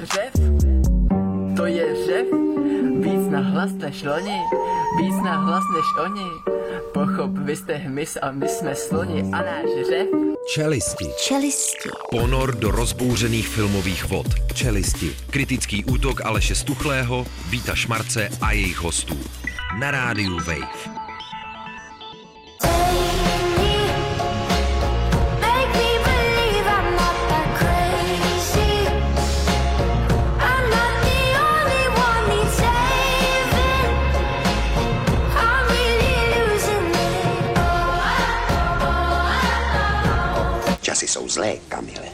řev, to je řev, víc nahlas než loni, víc nahlas než oni. Pochop, vy jste hmyz a my jsme sloni a náš řev. Čelisti. Ponor do rozbouřených filmových vod. Čelisti. Kritický útok Aleše Stuchlého, Víta Šmarce a jejich hostů. Na rádiu Wave. Časy jsou zlé, Kamile.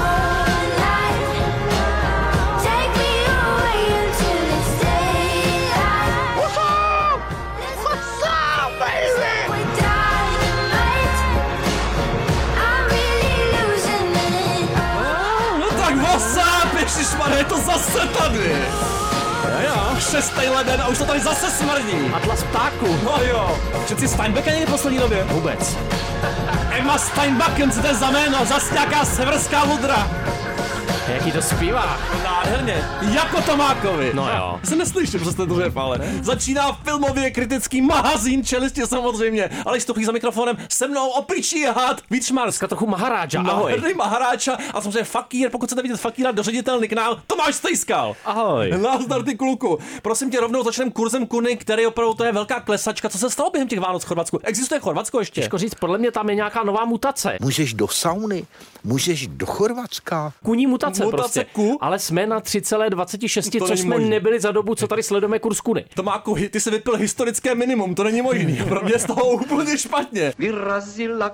No tak WhatsApp, ježišmarja, je to zase tady. Jo, 6. leden a už to tady zase smrdí. Atlas ptáku. No jo. Přeci Steinbecka někdy v poslední době? Vůbec. Emma Steinbacken, co to je za jméno? Zas nějaká severská mudra. Jaký to zpívá? Nádherně. Jako Tomákovi. No jo. Se neslyším, že jste to řep, ale začíná filmově kritický magazín Čelisti samozřejmě. Ale Stuchlý za mikrofonem, se mnou opičí had Vít Šmarc. Dneska trochu Maharáča, ahoj. Nádherný Maharáča a samozřejmě Fakír, pokud chcete vidět Fakíra, doředitelný kanál, Tomáš Stejskal. Ahoj. Nazdar ty kluku. Prosím tě, rovnou začneme kurzem Kuny, který opravdu to je velká klesačka. Co se stalo během těch Vánoc v Chorvatsku? Existuje Chorvatsko ještě? Těžko říct, podle mě tam je nějaká nová mutace. Můžeš do sauny, můžeš do Chorvatska. Kuní mutace Mutace prostě. ku? Ale jsme na 3,26, To což není jsme možný. nebyli za dobu, co tady sledujeme kurz Kuny. Tomáku, ty jsi vypil historické minimum, to není možný. Pro mě je z toho úplně špatně. Vyrazila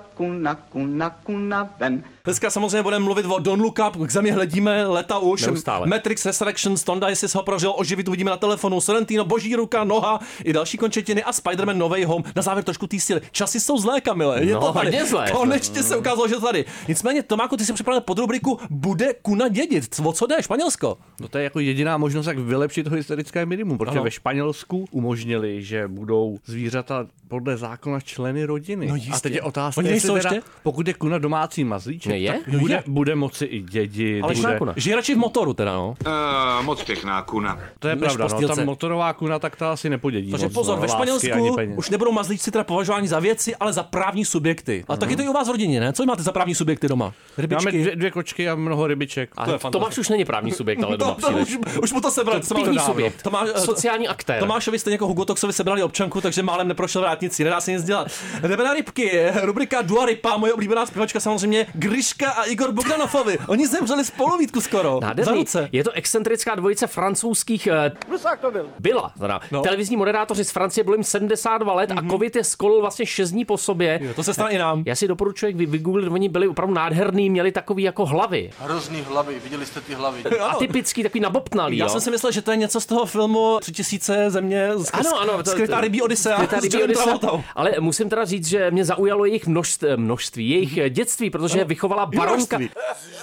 kuna ven. Dneska samozřejmě budeme mluvit o Don't Look Up, k zemi hledíme leta už. Neustále. Matrix Resurrections, Tonda, jestli ho prožil, oživit uvidíme na telefonu, Sorrentino, Boží ruka, noha i další končetiny a Spider-Man No Way Home. Na závěr trošku tý síly. Časy jsou zlé, Kamile. Je No, to tady. hodně zlé. Konečně se ukázalo, že to tady. Nicméně, Tomáku, ty si připravil pod rubriku Bude Kuna dědit. O co jde, Španělsko? No to je jako jediná možnost, jak vylepšit to historické minimum, protože ve Španělsku umožnili, že budou zvířata podle zákona členy rodiny. No jistě. A teď je otázka, Oni jestli nejsou teda, ještě? pokud je kuna domácí mazlíček, Je? tak bude moci i dědit. Ale bude... žije radši v motoru teda, no. Moc pěkná kuna. To je Než pravda, no, postýlce. ta motorová kuna, tak ta asi nepodědí. Takže moc, pozor, no, ve lásky ani Španělsku peněz. už nebudou mazlíčci teda považováni za věci, ale za právní subjekty. A taky to i u vás v rodině, ne? Co máte za právní subjekty doma? Máme Rybičky. dvě kočky a mnoho rybiček. To je Tomáš už není právní subjekt, ale doma příliš. už mu to sebral. Fiktivní subjekt. Sociální aktér. Tomášovi stejně jako Hugo Toxovi sebrali občanku, takže málem neprošel vrátnicí, nedá se nic dělat. Jdeme na rybky, rubrika Dua Lipa, moje oblíbená zpěvačka samozřejmě, Gryška a Igor Bogdanovovi. Oni zemřeli spolu, Vítku, skoro. Za Nádherný. ruce. Je to excentrická dvojice francouzských byla teda. No. Televizní moderátoři z Francie, bylo jim 72 let a covid je skolil vlastně 6 dní po sobě. Jo, to se stane i nám. Já si doporučuji, vygooglit, oni byli opravdu nádherný, měli takový jako hlavy. Hrozný hlavy, viděli jste ty hlavy? Atypický, takový nabobtnalý. Já jsem si myslel, že to je něco z toho filmu 3000 země, Ano, skrytá rybí Odisea. Skrytá s rybí Johnem Odisea. Travoltou. Ale musím teda říct, že mě zaujalo jejich množství, jejich dětství, protože vychovala baronka. Množství.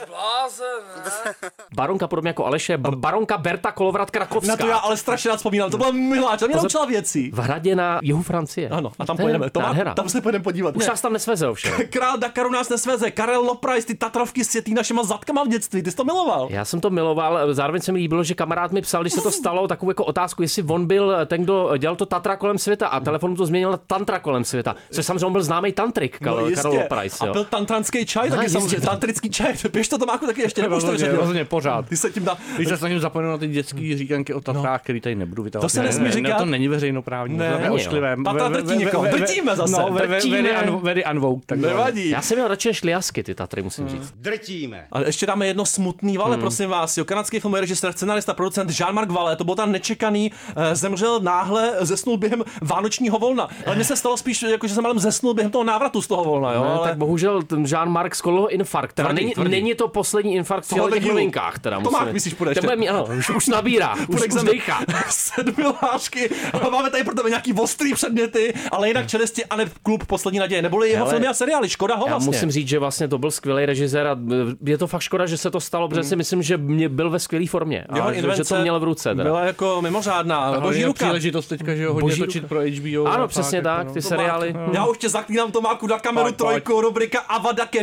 Baronka, podobně jako Aleše, baronka Berta Kolovrat-Krakovská. Na to já ale strašně rád vzpomínám. To byla miláč, a mě naučila věcí. V hradě na jihu Francie. Ano, a tam To je pojedeme. nádhera. Tam se pojedeme podívat. Už Ne. nás tam nesveze ovšem. Král Dakaru nás nesveze. Karel Loprais, ty Tatrovky s tětý našima zadkama v dětství. Ty jsi to miloval. Já jsem to miloval, zároveň se mi líbilo, že kamarád mi psal, když se to stalo, takovou jako otázku, jestli on byl ten, kdo dělal to Tatra kolem světa a telefonu to změnil na Tantra kolem světa. Což samozřejmě on byl známý tantrik, Karel Loprais. A byl tantranský čaj, taky jistě. samozřejmě. Tantrický čaj. Běž to Tomáku taky ještě, nebo už to vyřadil? Rozhodně pořád. Ty se tím dá. Když se snažím zapomenout na ty dětský říkanky o Tatrách, který tady nebudu vytávat. To se nesmí říkat. To není veřejnoprávní. Ne, to je jo. ošklivé. Tatra drtí někoho. Drtíme zase. No, Drtíme. very unvogue. Nevadí. Já jsem měl radši než Liasky, ty Tatry, musím říct. Drtíme. Ale ještě dáme jedno smutný vale, prosím vás. Jo, kanadský filmový režisér, scenarista, producent Jean-Marc Vallée, to byl tam nečekaný, zemřel náhle, zesnul během vánočního volna. Ale mně se stalo spíš, jako, že jsem malem zesnul během toho návratu z toho volna, jo. No, Ale tak bohužel ten Jean-Marc skolil infarkt. Teda Tvrdý. není to poslední infarkt v Tohohle těch dílu. novinkách. Teda Tomák, myslíš, půjde ještě? Ano, už nabírá, už dejchá. Sedmilášky. A máme tady pro tebe nějaký ostrý předměty, ale jinak Čelisti a ne Klub Poslední naděje. Neboli jeho filmy a seriály. Škoda ho Já vlastně. musím říct, že vlastně to byl skvělý režisér a je to fakt škoda, že se to stalo, protože si myslím, že mě byl ve skvělé formě a že to měl v ruce. Teda. Byla jako mimořádná. Boží ruka. Příležitost teďka, že ho hodně točit pro HBO. Ano, přesně tak, ty seriály. Já už tě zaklínám, Tomáku, na kameru Pojď. trojku, rubrika Avada Kedavra.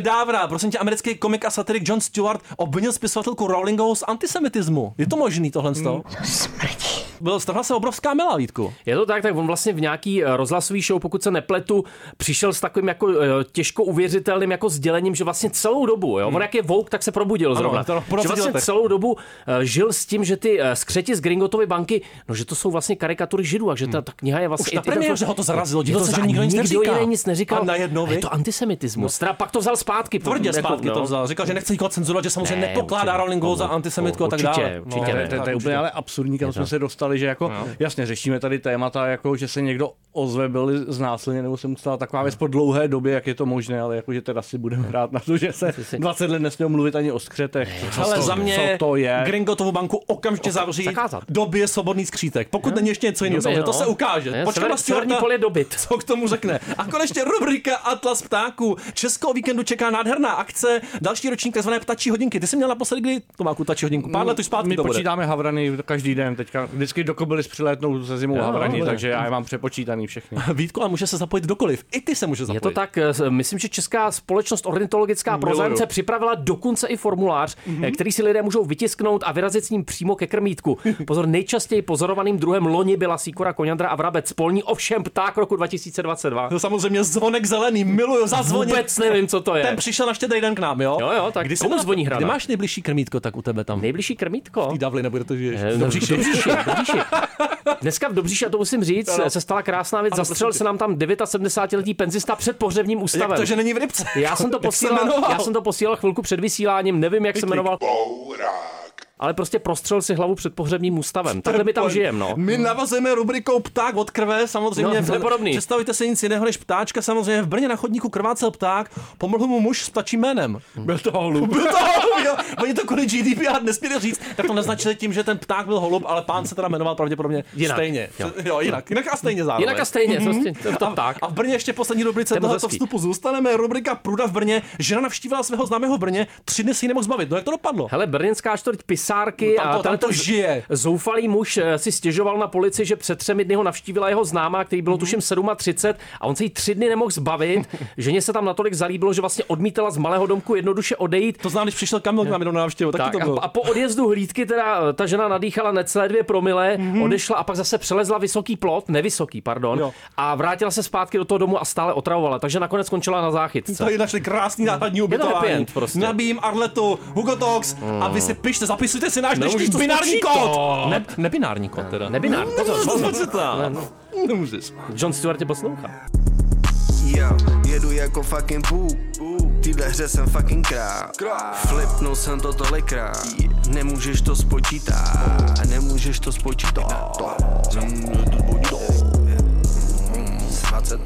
prosím tě, americký komik a satirik Jon Stewart obvinil spisovatelku Rowlingovou z antisemitismu. Je to možný tohle z toho? Strhla se obrovská mela, Vítku. Je to tak on vlastně v nějaký rozhlasový show, pokud se nepletu, přišel s takovým jako těžko uvěřitelným jako sdělením, že vlastně celou dobu, jo, on jak je woke, tak se probudil zrovna. Ano, že vlastně celou dobu žil s tím, že ty skřeti z Gringotovy banky, no že to jsou vlastně karikatury Židů a že ta kniha je vlastně... Už na premiéře, že ho to zarazilo, divil se, že nikdo nic neříká. A najednou je to antisemitismus. Teda pak to vzal zpátky. Tvrdě zpátky to vzal. Říkal, že nechce nikoho cenzurovat, že samozřejmě nepokládá Rowlingovou za antisemitku a tak dále. Určitě. To je úplně ale absurdní, kam jsme se dostali, že jako jasně řešíme tady témata, jako že se někdo ozve, byl znásilněn, nebo se mu stala taková věc po dlouhé době, jak je to možné, ale jako že teda si budeme hrát na to, že se 20 let nesměl mluvit ani o skřetech. Ale za mě Gringotovu banku okamžitě zavřít, dobije svobodný skřítek. Pokud není ještě něco jiného, to se ukáže. Počkej na Severní pol je dobyt. Co k tomu řekne? A konečně rubrika Atlas ptáků. Českého víkendu čeká nádherná akce, další ročník tzv. Ptačí hodinky. Ty jsi měl naposledy kdy Tomáku ptačí hodinku? Pár let už zpátky. My počítáme havrany každý den teďka. Vždycky do Kobylis přilétnou se zimou havrani, takže já je mám přepočítaný všechny. Vítko, a může se zapojit kdokoliv. I ty se může zapojit. Je to tak, myslím, že Česká společnost ornitologická pro zájemce připravila dokonce i formulář, který si lidé můžou vytisknout a vyrazit s ním přímo ke krmítku. Pozor, nejčastěji pozorovaným druhem loni byla síkora, koňandra a vrabec polní, ovšem pták roku 2022. To samozřejmě zvonek zelený, miluju zazvonit. Vůbec nevím, co to je. Ten přišel na Štědrý den k nám, jo? Jo, tak komu zvoní hrana? Kdy máš nejbližší krmítko tak u tebe tam? Nejbližší krmítko? V té Davli, nebude to žiješ. Dobříši. Dneska v Dobříši, a to musím říct, se stala krásná věc, zastřelil se nám tam 79letý penzista před pohřebním ústavem. Jak to, že není v Rybce? Já jsem to posílal chvilku před vysíláním, nevím, jak se jmenoval. Ale prostě prostřel si hlavu před pohřebním ústavem. Takhle my tam žijeme, no. My navazujeme rubrikou Pták od krve, samozřejmě. No, nepodobný. Představujte si nic jiného než ptáčka, samozřejmě v Brně na chodníku krvácel pták, pomohl mu muž s ptačím jménem. Byl to holub. Jo. Oni to kvůli GDPR nesměli říct, tak to naznačili tím, že ten pták byl holub, ale pán se teda jmenoval pravděpodobně stejně. Jinak a stejně zároveň. Jinak a stejně, to pták. A v Brně ještě poslední rubrice tohoto vstupu zůstaneme. Rubrika Pruda v Brně. Žena navštívila svého známého v Brně, 3 dny si ji nemohl zbavit. No jak to dopadlo? Hele, brněnská čtvrť Pisárky a tam to žije. Zoufalý muž si stěžoval na policii, že před 3 dny ho navštívila jeho známá, který bylo tuším 37 a on se jí 3 dny nemohl zbavit. Ženě se tam natolik zalíbilo, že vlastně odmítala z malého domku jednoduše odejít. To znám, když přišel Kamil k nám na návštěvu, taky to bylo. A po odjezdu hlídky teda ta žena nadýchala necelé 2 promile, odešla a pak zase přelezla vysoký plot, nevysoký, pardon, a vrátila se zpátky do toho domu a stále otravovala, takže nakonec skončila na záchytce. Tady našli krásný náhradní ubytování. Prostě. Nabíjím Arletu, Hugo Talks a vy si pište, zapisujte si náš dnešní binární kód. Nebinární kód teda. Nebinární. Nemůžeš. Jon Stewart tě poslouchá. Jo, jedu jako fucking Bůh. Týhle hře jsem fucking král. Flipnul jsem to tolikrát. Nemůžeš to spočítat. Nemůžeš to spočítat. 20.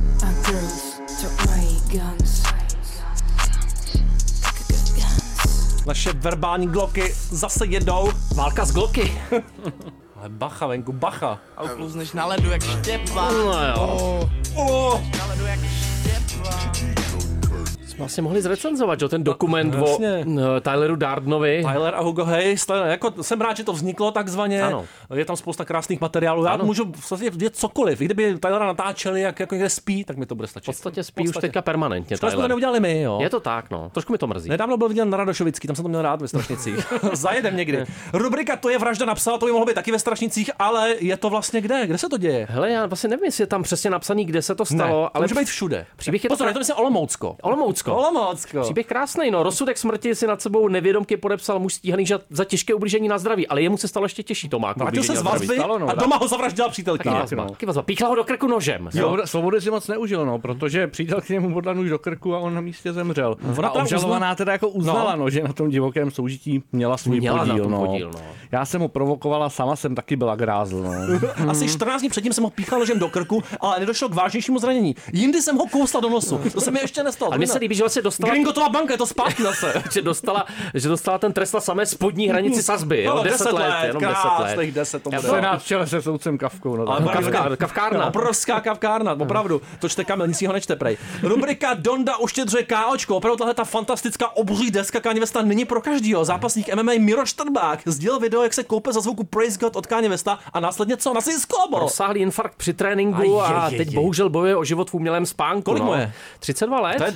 Naše verbální gloky zase jedou. Válka z gloky. Ale bacha, venku, bacha. A ukluzneš na ledu jak Štěpán. No jo. Na ledu jak Štěpán. Jsme asi mohli zrecenzovat, že ten dokument o Tyleru Dardenovi. Tyler a Hugo Hayes, jako jsem rád, že to vzniklo takzvaně. Ano. Je tam spousta krásných materiálů. Já můžu vědět cokoliv. I kdyby Tylera natáčeli, jak jako někde spí, tak mi to bude stačit. V podstatě spí už teďka permanentně. To jsme to neudělali my, jo. Je to tak, no. Trošku mi to mrzí. Nedávno byl viděl na Radošovický, tam jsem to měl rád ve Strašnicích. Zajedem někdy. Rubrika To je vražda napsala, to by mohlo být taky ve Strašnicích, ale je to vlastně kde? Kde se to děje? Hele, já vlastně nevím, jestli je tam přesně napsaný, kde se to stalo, ale může být všude. Příběh je to myslím Olomoucko. Příběh krásný, no. Rozsudek smrti si nad sebou nevědomky podepsal muž stíhaný za těžké ublížení na zdraví, ale jemu se stalo ještě těžší, Tomák. Vrátil se z vazby a doma ho zavraždila přítelkyně. Taky vazba. Píchla ho do krku nožem. Svobody si moc neužil, no, protože přítel k němu podal nůž do krku a on na místě zemřel. A obžalovaná teda jako uznala, že na tom divokém soužití měla svůj podíl. Já jsem ho provokovala, sama jsem taky byla grázl. No. Asi 14 dní předtím jsem ho píchal nožem do krku, ale nedošlo k vážnějšímu zranění. Jindy jsem ho kousla do nosu. To se mi ještě nestalo. Ale mně se líbí, že vlastně dostala Gringotová banka, je to zpátky zase. že dostala ten trest na samé spodní hranici sazby, jo? 10 let, jenom 10 let. 10 to bude. Senát v čele se soudcem Kafkou. No, kavkárna. Obrovská kavkárna, opravdu. To čte Kamil, nic ho nečte prej. Rubrika Donda uštědřuje KOčko. Opravdu tahle ta fantastická obří deska Káně Vesta není pro každýho. Zápasník MMA Miro Štrbák sdílel video, jak se koupe za zvuku Praise God od Káně Vesta a následně co? Na sklobo. Rozsáhlý infarkt při tréninku a teď bohužel bojuje o život v umělém spánku. Kolik mu je? 32 let. To je málo.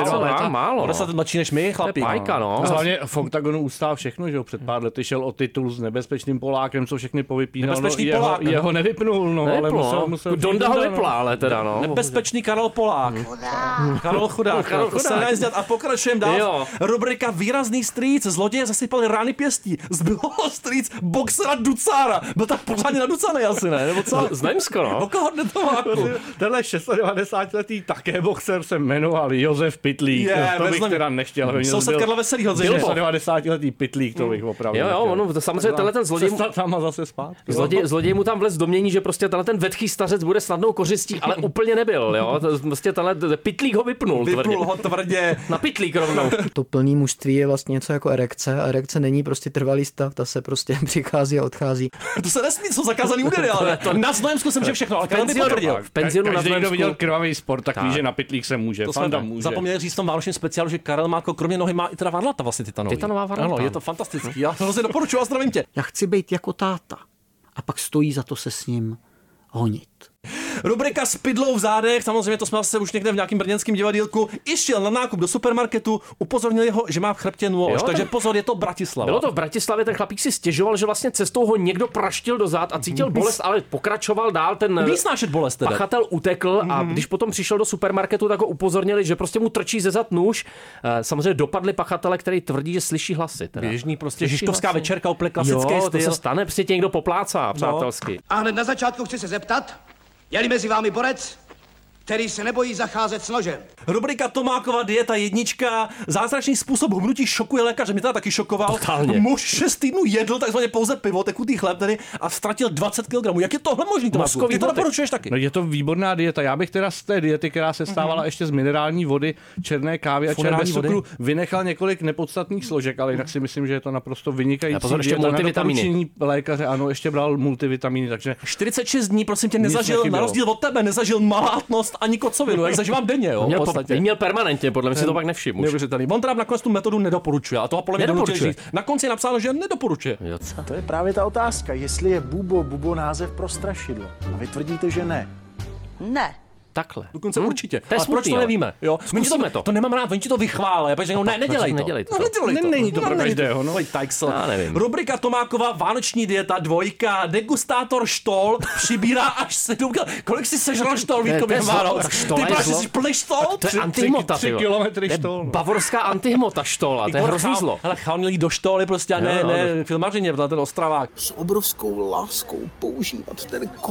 málo. Ona se mladší než my, chlapi. Pajka, no. Hlavně v Oktagonu ustál všechno, že jo, před pár lety šel o titul s nebezpečným Polákem, co všechny povypínal. Nebezpečný no, Polák. jeho nevypnul, no, ale musel Donda ho vypla, ale teda, no. Nebezpečný Karel Polák. Karel Chudák. To se nedá dělat. A pokračujeme dál. Jo. Rubrika Výrazný strýc. Zloděje zasypali rány pěstí. Zbylo strýc boxera Ducára. Byl tak pořádně naducaný asi, ne? Nebo co? Znojemsko, no. O koho jde to máku? Tenhle 96letý také boxer se jmenoval Josef Pytlík. To bych teda nechtěl. Soused Karla Veselýho. 96letý Pytlík, to bych opravdu Jo, ono, to samozřejmě tenhle ten zloděj... Tam a zase zpátky. Zloděj mu tam vlez domění, že prostě tenhle ten vetchý stařec bude snadnou kořistí, ale úplně nebyl, jo. Prostě tenhle Pytlík ho vypnul ho tvrdě. Na Pytlík rovnou. To plný mužství je vlastně něco jako erekce a erekce není prostě trvalý stav, ta se prostě přichází a odchází. To se nesmí, jsou zakázaný údery, ale na Znojemsku jsem že všechno, ale v penzionu na Znojemsku. Kdo viděl krvavý sport, tak ví, že na Pytlík se může. To jsme zapomněli říct v tom vánočním speciálu, že Karel Máko kromě nohy má i teda varlata vlastně titanový. Titanová varlata. Ano, je to fantastický. Já to hrozně doporučuji a zdravím tě. Já chci být jako táta a pak stojí za to se s ním honit. Rubrika s pidlou v zádech, samozřejmě to jsme zase už někde v nějakém brněnském divadýlku. I šel na nákup do supermarketu, upozornil ho, že má v chrbtě nůž, takže pozor, je to Bratislava. Bylo to v Bratislavě, ten chlapík si stěžoval, že vlastně cestou ho někdo praštil do zád a cítil bolest, ale pokračoval dál, ten bolest teda. Pachatel utekl a když potom přišel do supermarketu, tak ho upozornili, že prostě mu trčí ze zad nůž. Samozřejmě dopadli pachatele, který tvrdí, že slyší hlasy. Teda. Běžný prostě žižkovská večerka, úplně klasický styl. To se stane, prostě tě někdo poplácá, přátelsky. A hned na začátku chci se zeptat, je-li mezi vámi borec, který se nebojí zacházet s nožem? Rubrika Tomákova dieta jednička. Zázračný způsob hubnutí šokuje lékaře. Mě to taky šokoval. Totálně. Muž 6 týdnů jedl takzvaně pouze pivo, tekutý chléb tedy a ztratil 20 kg. Jak je tohle možný, Tomáku? Ty to doporučuješ taky? No je to výborná dieta. Já bych teda z té diety, která se stávala ještě z minerální vody, černé kávy a černé bez cukru, vynechal několik nepodstatných složek, ale jinak si myslím, že je to naprosto vynikající dieta. Na doporučení lékaře, ano, ještě bral multivitamíny, takže 46 dní, prosím tě, nezažil na rozdíl od tebe, nezažil malátnost ani kocovinu, jak zažívám denně, jo. Měl permanentně, podle mě si to pak nevšiml. On teda nakonec tu metodu nedoporučuje a toho podle mě nedoporučuje. Na konci je napsáno, že nedoporučuje. To je právě ta otázka, jestli je bubo název pro strašidlo. A vy tvrdíte, že ne. Ne. Takhle. Dokonce určitě. To je proč to nevíme? Jo? Zkusíme to. To nemám rád, oni ti to vychválí. Takže ne, nedělej to. Není to pro každého. No. Rubrika Tomákova, vánoční dieta, 2, degustátor štol, přibírá až 7 kg. Kolik si sežral štol, Vítko, během Vánoc? Ty jsi plný štol? To je antihmota, 3 kilometry štol. Bavorská antihmota štola, to je hrozný zlo. Ale chaunilí do štoly prostě a ne filmařině, ten Ostravák. S obrovskou láskou používat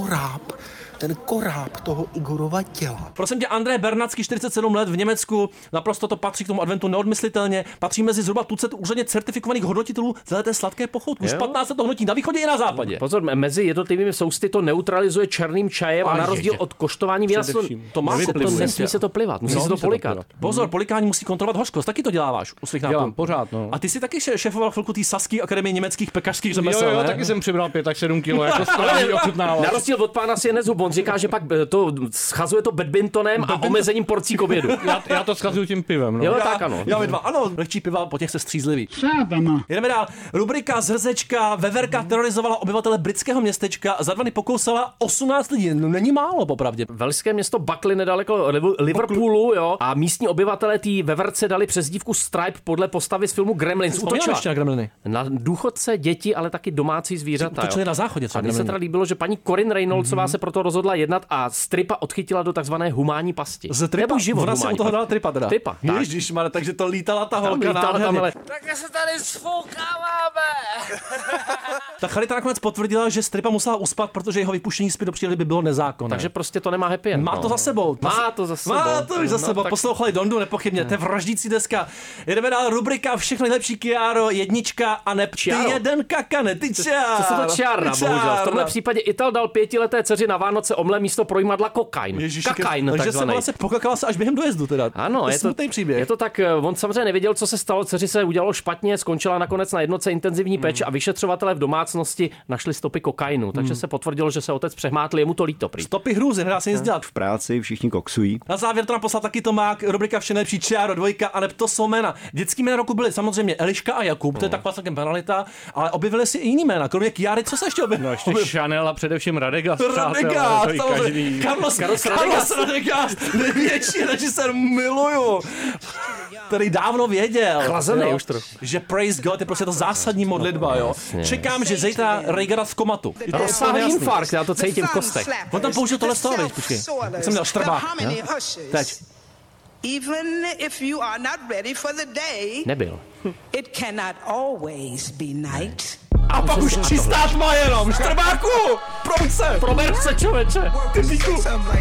ten koráb toho Igorova těla. Prosím tě, Andrej Bernacký, 47 let v Německu, naprosto to patří k tomu adventu neodmyslitelně, patří mezi zhruba tucet úředně certifikovaných hodnotitelů té sladké pochoutky. Už 15 to hnotí na východě i na západě. Pozor, mezi jednotlivými sousty to neutralizuje černým čajem a na rozdíl od koštování vína nesmí se to plivat, musí se to polikat. Pozor, polikání musí kontrolovat hořkost, taky to děláváš u svých nápojů. Dělám pořád, no. A ty si taky šéfoval chvilku té Saské akademie německých pekařských řemesel, Jo, taky jsem přibral 5 až 7 kilo jako správný ochutnávač. Na rozdíl od pána Sienezu, on říká, že pak to schazuje to badmintonem a omezením porcí k obědu. Já to schazuju tím pivem. No. Jo, tak ano. Já dva. Ano, lehčí piva, po těch se střízlivý. Jdeme dál. Rubrika Zrzečka. Veverka terorizovala obyvatele britského městečka a za 2 dny pokousala 18 lidí. No, není málo, popravdě. Velské město Buckley nedaleko Liverpoolu, jo. A místní obyvatelé té veverce dali přezdívku Stripe podle postavy z filmu Gremlins. Útočila na důchodce, děti, ale taky domácí zvířata. Útočili na záchodě. A mně se teda líbilo, že paní Corinne Reynoldsová se proto rozhodla jednat a stripa odchytila do takzvané humánní pasti. Z tripa? Ona si u toho dala tripa teda. Tripa, tak. Ježišmarja, takže to lítala ta holka nádherně. Tak se tady sfoukáváme. Ta Charita nakonec potvrdila, že stripa musela uspat, protože jeho vypuštění zpět do přírody by bylo nezákonné. Takže prostě to nemá happy end. Má to za sebou. Má to za sebou. Poslouchali Dondu, nepochybně. To je vraždící deska. Jedeme dál, rubrika Všechno nejlepší Chiaro, jednička a neb ty jeden kakane, ty čár. Co to čárna, bohužel. V tomhle případě Ital dal 5leté dceři na Vánoce omle místo projímadla kokain. Kakain, takže se vlastně pokakala se až během dojezdu teda. Ano, je to smutný příběh. Je to tak, on samozřejmě nevěděl, co se stalo, dceři se udělalo špatně, skončila nakonec na jednotce intenzivní péče a vyšetřovatelé v domácnosti našli stopy kokainu, takže se potvrdilo, že se otec přehmátl, je mu to líto prý. Stopy hrůzy, nedá se nic dělat. V práci všichni koksují. Na závěr to nám poslal taky Tomák, rubrika Vše nejlepší Čiaro 2, a neb to jsou jména. Dětský jména roku byly samozřejmě Eliška a Jakub, to je taková celkem banalita, ale objevily si i jiný jména, kromě Chiary, co se ještě objevilo? No ještě Chanel a především Radegast. Carlos Radegast, největší režisér, miluju. který dávno věděl, Chlazený už trochu, že praise God je prostě to zásadní modlitba, jo. Čekám, že zejtra Reagana v komatu. Rozsáhlý infarkt, já to cítím v kostech. On tam použil tohle slovo, víš, počkej. Jak jsem měl štrbák. Teď. Even if you are not ready for the day, nebyl. It cannot always be night. A pak už čistá tma jenom, štrbáku! Proč se? Prober se, člověče. Ty díku.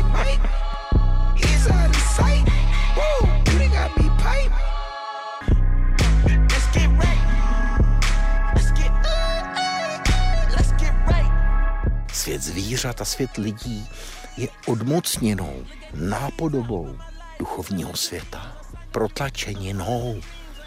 Svět zvířat a svět lidí je odmocněnou nápodobou duchovního světa. Protlačeninou.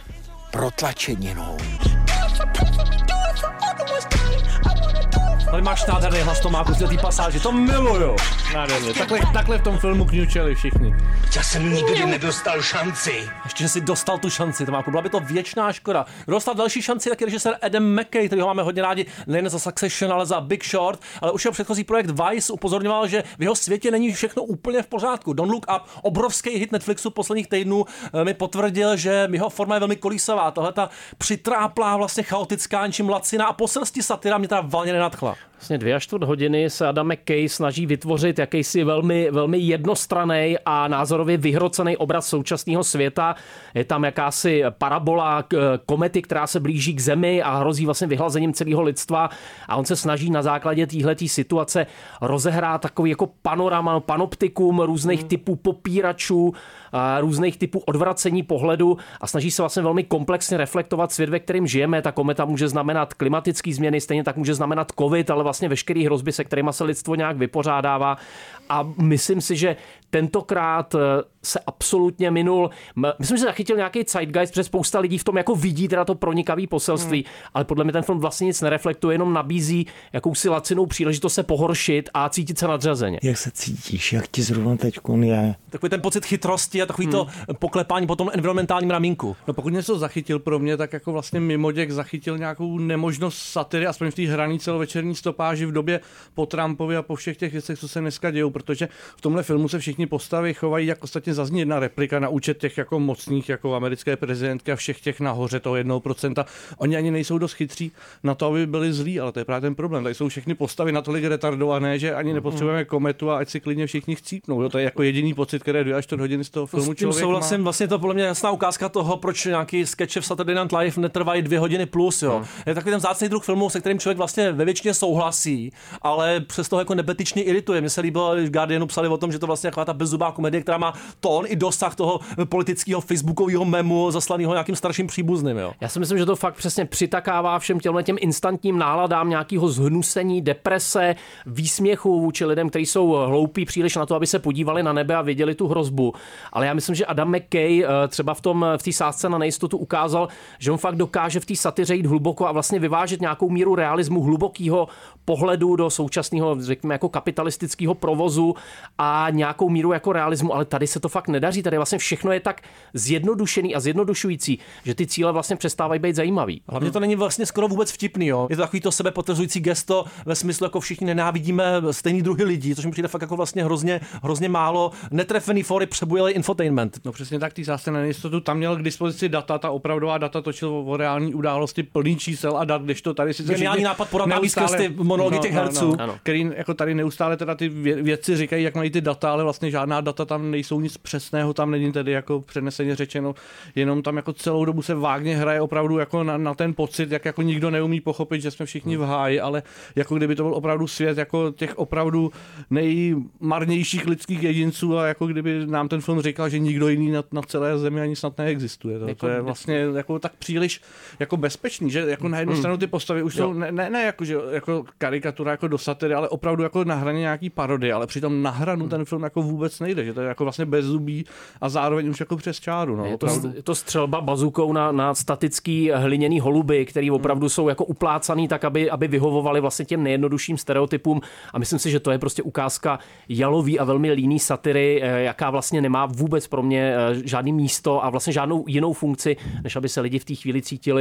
Tady máš nádherný hlas Tomáku z té pasáži, to miluju. Nádherně, takhle v tom filmu kňučeli všichni. Já jsem nikdy nedostal šanci. Ještě, že jsi dostal tu šanci, Tomáku, byla by to věčná škoda. Kdo dostal další šanci, tak je režisér Adam McKay, kterýho máme hodně rádi, nejen za Succession, ale za Big Short, ale už jeho předchozí projekt Vice upozorňoval, že v jeho světě není všechno úplně v pořádku. Don't Look Up, obrovský hit Netflixu posledních týdnů, mi potvrdil, že jeho forma je velmi kolísavá. Tahle ta přitráplá, vlastně chaotická, něčím laciná a poselstí satira mě teda valně nenadchla. Vlastně 2,25 hodiny se Adam McKay snaží vytvořit jakýsi velmi jednostranný a názorově vyhrocený obraz současného světa. Je tam jakási parabola komety, která se blíží k Zemi a hrozí vlastně vyhlazením celého lidstva. A on se snaží na základě téhletý situace rozehrát takový jako panorama, panoptikum různých typů popíračů, různých typů odvracení pohledu a snaží se vlastně velmi komplexně reflektovat svět, ve kterém žijeme. Ta kometa může znamenat klimatické změny, stejně tak může znamenat covid, ale vlastně veškeré hrozby, se kterými se lidstvo nějak vypořádává. A myslím si, že tentokrát se absolutně minul. Myslím, že zachytil nějaký zeitgeist, protože spousta lidí v tom jako vidí teda to pronikavý poselství, ale podle mě ten film vlastně nic nereflektuje, jenom nabízí jakousi lacinou příležitost se pohoršit a cítit se nadřazeně. Jak se cítíš? Jak ti zrovna teďkon je? Takový ten pocit chytrosti a takový to poklepání po tom environmentálním ramínku. No pokud něco zachytil pro mě, tak jako vlastně mimoděk zachytil nějakou nemožnost satiry, aspoň v té hraný celovečerní stopáži v době po Trumpovi a po všech těch věcech, co se dneska dějou, protože v tomhle filmu se všichni postavy chovají, jak ostatně zazní jedna replika na účet těch jako mocných, jako americké prezidentky a všech těch nahoře toho 1%. Oni ani nejsou dost chytří na to, aby byli zlí, ale to je právě ten problém. Tady jsou všechny postavy natolik retardované, že ani nepotřebujeme kometu a ať si klidně všichni chcípnou. To je jako jediný pocit, který 2,25 hodiny z toho filmu člověk souhlasím, má. Vlastně to podle mě jasná ukázka toho, proč nějaký skeče v Saturday Night Live netrvají 2 hodiny plus, jo. Je takový ten vzácný druh filmů, se kterým člověk vlastně ve většině souhlasí, ale přesto jako nebetyčně irituje. Mně se líbilo, když v Guardianu psali o tom, že to vlastně taková ta bezzubá komedie, která má tón i dosah toho politického facebookového memu zaslaného nějakým starším příbuzným, jo. Já si myslím, že to fakt přesně přitakává všem těm instantním náladám nějakého zhnusení, deprese, výsměchu vůči lidem, kteří jsou hloupí příliš na to, aby se podívali na nebe a viděli tu hrozbu. Ale já myslím, že Adam McKay třeba v té sázce na nejistotu ukázal, že on fakt dokáže v té satyře jít hluboko a vlastně vyvážet nějakou míru realismu, hlubokého pohledu do současného, řekněme, jako kapitalistického provozu a nějakou míru jako realismu, ale tady se to fakt nedaří. Tady vlastně všechno je tak zjednodušený a zjednodušující, že ty cíle vlastně přestávají být zajímavý. Hlavně to není vlastně skoro vůbec vtipný, jo. Je to takový to sebepotvrzující gesto ve smyslu, jako všichni nenávidíme stejný druhy lidí, což mi přijde fakt jako vlastně hrozně málo netrefený fóry přebujelý infotainment. No přesně tak, ty zase na nejistotu tam měl k dispozici data, ta opravdová data točil o reální události plný čísel a dat, kdežto tady si geniální nápad podat navíc ty monology těch herců. Který jako tady neustále teda ty vědci říkají, jak mají ty data, ale vlastně žádná data tam nejsou, nic přesného tam není, tedy jako přeneseně řečeno, jenom tam jako celou dobu se vágně hraje opravdu jako na ten pocit, jak jako nikdo neumí pochopit, že jsme všichni v háji, ale jako kdyby to byl opravdu svět jako těch opravdu nejmarnějších lidských jedinců a jako kdyby nám ten film říkal, že nikdo jiný na celé zemi ani snad neexistuje. To je vlastně jako tak příliš jako bezpečný, že jako na jednu stranu ty postavy už jsou ne jako, že, jako karikatura jako do satiry, ale opravdu jako na hraně nějaký parody, ale přitom na hranu ten film jako vůbec nejde, že to je jako vlastně bezzubý a zároveň už jako přes čáru. No, je to střelba bazukou na statický hliněný holuby, který opravdu jsou jako uplácaný tak, aby vyhovovali vlastně těm nejjednodušším stereotypům a myslím si, že to je prostě ukázka jalový a velmi líný satiry, jaká vlastně nemá vůbec pro mě žádný místo a vlastně žádnou jinou funkci, než aby se lidi v té chvíli cítili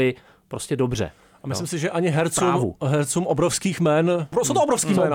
prostě dobře. A myslím si, že ani hercům obrovských jmen, jsou to obrovský jména.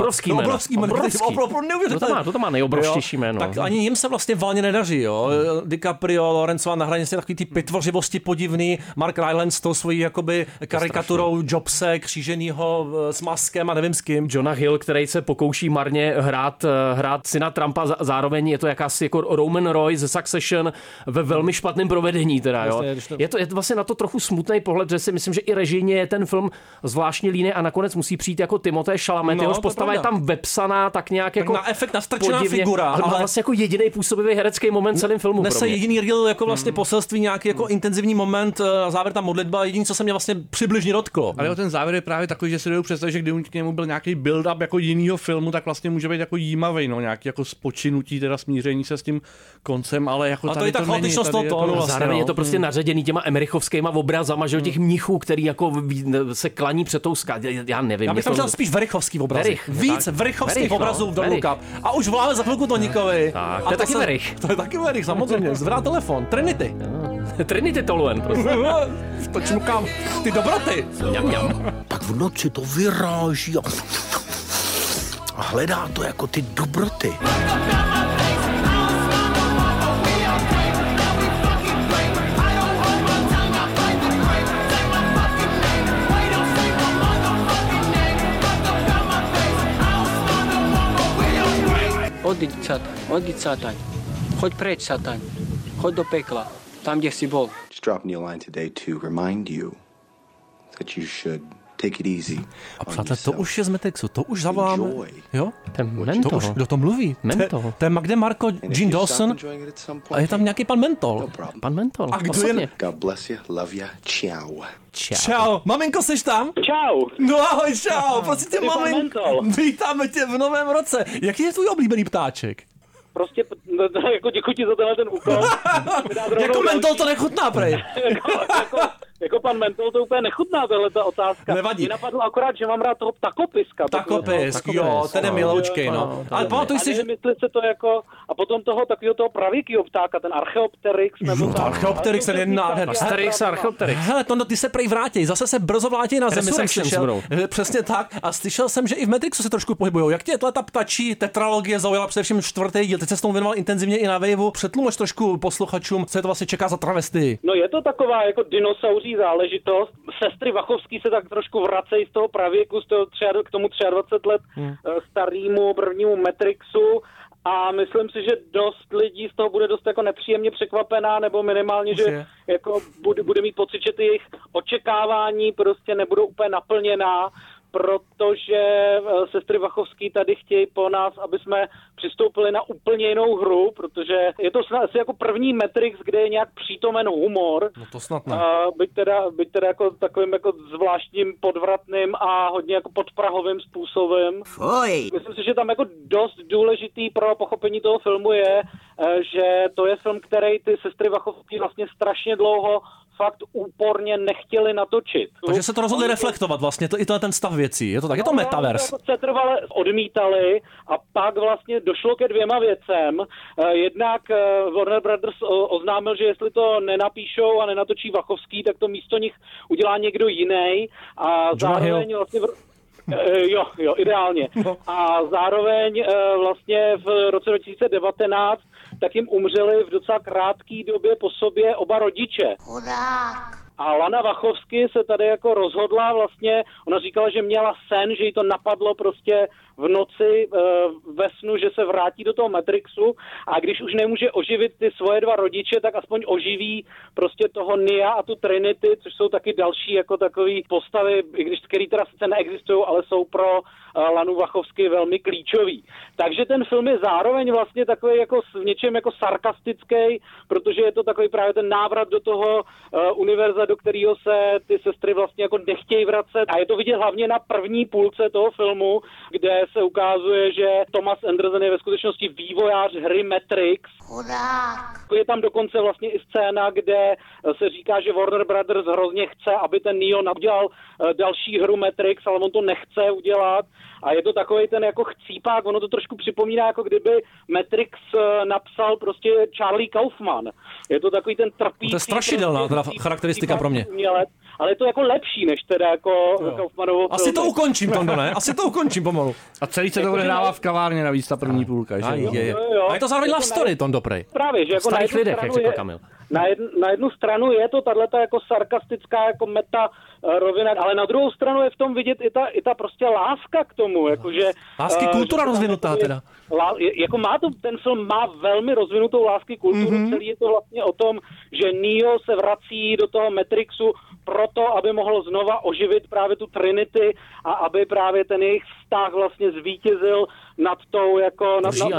To tam má nejobrovštější jméno. Tak ani jim se vlastně valně nedaří, jo. DiCaprio, Lawrence na hranici takový ty pitvořivosti podivný, Mark Rylance s tou svojí jakoby karikaturou Jobse, kříženýho s maskem a nevím s kým. Jonah Hill, který se pokouší marně hrát syna Trumpa, zároveň je to jakási jako Roman Roy ze Succession ve velmi špatném provedení teda, jo. Je to vlastně na to trochu smutný pohled, že si myslím, že i režijně je ten film zvláštní líný a nakonec musí přijít jako Timothée Chalamet, jehož postava je tam vepsaná tak nějak jako na efekt nastrčená figura, ale vlastně jako jediný působivý herecký moment celým filmu. Nese jediný real jako vlastně poselství, nějaký jako intenzivní moment, na závěr ta modlitba, jediný, co se mě vlastně přibližně dotklo. Ale ten závěr je právě takový, že si dovedu představit, že kdyby k němu byl nějaký build-up jako jinýho filmu, tak vlastně může být jako jímavý, no, nějaký jako spočinutí, teda smíření se s tím koncem, ale jako tady to není. Zároveň je to prostě naředěný těma emerichovskýma obrazama, že těch mnichů, který jako se klaní před tou já nevím. Já bych tam spíš Verichovský obrazy. Víc Verichovských obrazů v Don't Look Up. A už voláme za chvilku Toníkovi. To je taky Verich. To je taky Verich, samozřejmě. Zvedá telefon. Trinity. Trinity Toluen, prostě. To čmukám ty dobroty. Pak v noci to vyráží a hledá to jako ty dobroty. Odíď, Satan. Choď preč, Satan. Choď do pekla, tam, kde jsi bol. Just dropped me a line today to remind you that you should take it easy. A přátelé, to už je z Matrixu, to už zavoláme. Jo? Ten Mentol. Kdo to mluví? Mentol. To je Magde Marko, Gene Dawson a je tam nějaký pan Mentol. Pan Mentol. A kdo je? God bless you, love you, ciao. Čau. Maminko, seš tam? Čau. No ahoj, čau. Prosím tě, maminko. Vítáme tě v novém roce. Jaký je tvůj oblíbený ptáček? Prostě, jako děkuji ti za tenhle ten úkol. Jako Mentol to nechutná, prej. Jako pan Mentol to úplně nechutná, tahleta otázka. Nevadí. Mě napadlo akorát, že mám rád toho ptakopiska. Takopisk, jo, ten je miloučkej, no. Ale pamatuj si, že... Nevím, se to jako... A potom toho pravěkýho ptáka, ten Archeopteryx, nebo tak. Archeopteryx, ten je nádherný. Asterix a Archeopteryx. Hele, Tondo, ty se prej vrátí, zase se brzo vrátí na zemi, jsem slyšel. Přesně tak. A slyšel jsem, že i v Matrixu se trošku pohybujou. Jak tě ta ptačí tetralogie zaujala především 4. díl? Teď se s tomu věnoval intenzivně i na Waveu. Přetlumož trošku posluchačům, co je to vlastně čeká za travestii. No je to taková jako dinosauří záležitost. Sestry Wachowský se tak trošku vracejí z toho pravěku, k tomu 23 let starýmu prvnímu Matrixu. A myslím si, že dost lidí z toho bude dost jako nepříjemně překvapená, nebo minimálně, že jako bude mít pocit, že ty jejich očekávání prostě nebudou úplně naplněná, protože sestry Wachowský tady chtějí po nás, aby jsme přistoupili na úplně jinou hru, protože je to asi jako první Matrix, kde je nějak přítomen humor. No to snad ne. Byť teda jako takovým jako zvláštním podvratným a hodně jako podprahovým způsobem. Fuj. Myslím si, že tam jako dost důležitý pro pochopení toho filmu je, že to je film, který ty sestry Wachowský vlastně strašně dlouho fakt úporně nechtěli natočit. Takže se to rozhodli reflektovat vlastně, i ten stav věcí. Je to tak, je to metaverse. Se trvale odmítali a pak vlastně došlo ke dvěma věcem. Jednak Warner Brothers oznámil, že jestli to nenapíšou a nenatočí Wachowský, tak to místo nich udělá někdo jiný. A zároveň vlastně jo, ideálně. A zároveň vlastně v roce 2019 tak jim umřeli v docela krátké době po sobě oba rodiče. A Lana Wachowsky se tady jako rozhodla vlastně, ona říkala, že měla sen, že jí to napadlo prostě v noci ve snu, že se vrátí do toho Matrixu a když už nemůže oživit ty svoje dva rodiče, tak aspoň oživí prostě toho Nia a tu Trinity, což jsou taky další jako takový postavy, i když který teda sice neexistují, ale jsou pro Lanu Wachowsky velmi klíčový. Takže ten film je zároveň vlastně takový jako v něčem jako sarkastický, protože je to takový právě ten návrat do toho univerza, do kterého se ty sestry vlastně jako nechtějí vracet. A je to vidět hlavně na první půlce toho filmu, kde se ukazuje, že Thomas Anderson je ve skutečnosti vývojář hry Matrix. Je tam dokonce vlastně i scéna, kde se říká, že Warner Brothers hrozně chce, aby ten Neo udělal další hru Matrix, ale on to nechce udělat. A je to takový ten jako chcípák, ono to trošku připomíná, jako kdyby Matrix napsal prostě Charlie Kaufman. Je to takový ten trpící... To je strašidelná teda charakteristika teďka pro mě. Umělec, ale je to jako lepší, než teda jako Kaufmanovo. Asi to ukončím, Tondo, ne? Asi to ukončím pomalu. A celý se to odehrává v kavárně navíc, ta první půlka, že? Jo. A je to zároveň love story, Tondo, prej. Právě, že jako na jednu lidech, stranu jak řekl Kamil. Na jednu stranu je to tato jako sarkastická jako meta rovina, ale na druhou stranu je v tom vidět i ta prostě láska k tomu, jakože... Lásky kultura rozvinutá teda. Jako ten film má velmi rozvinutou lásky kulturu, celý je to vlastně o tom, že Neo se vrací do toho Matrixu proto, aby mohl znova oživit právě tu Trinity a aby právě ten jejich vztah vlastně zvítězil nad tou jako...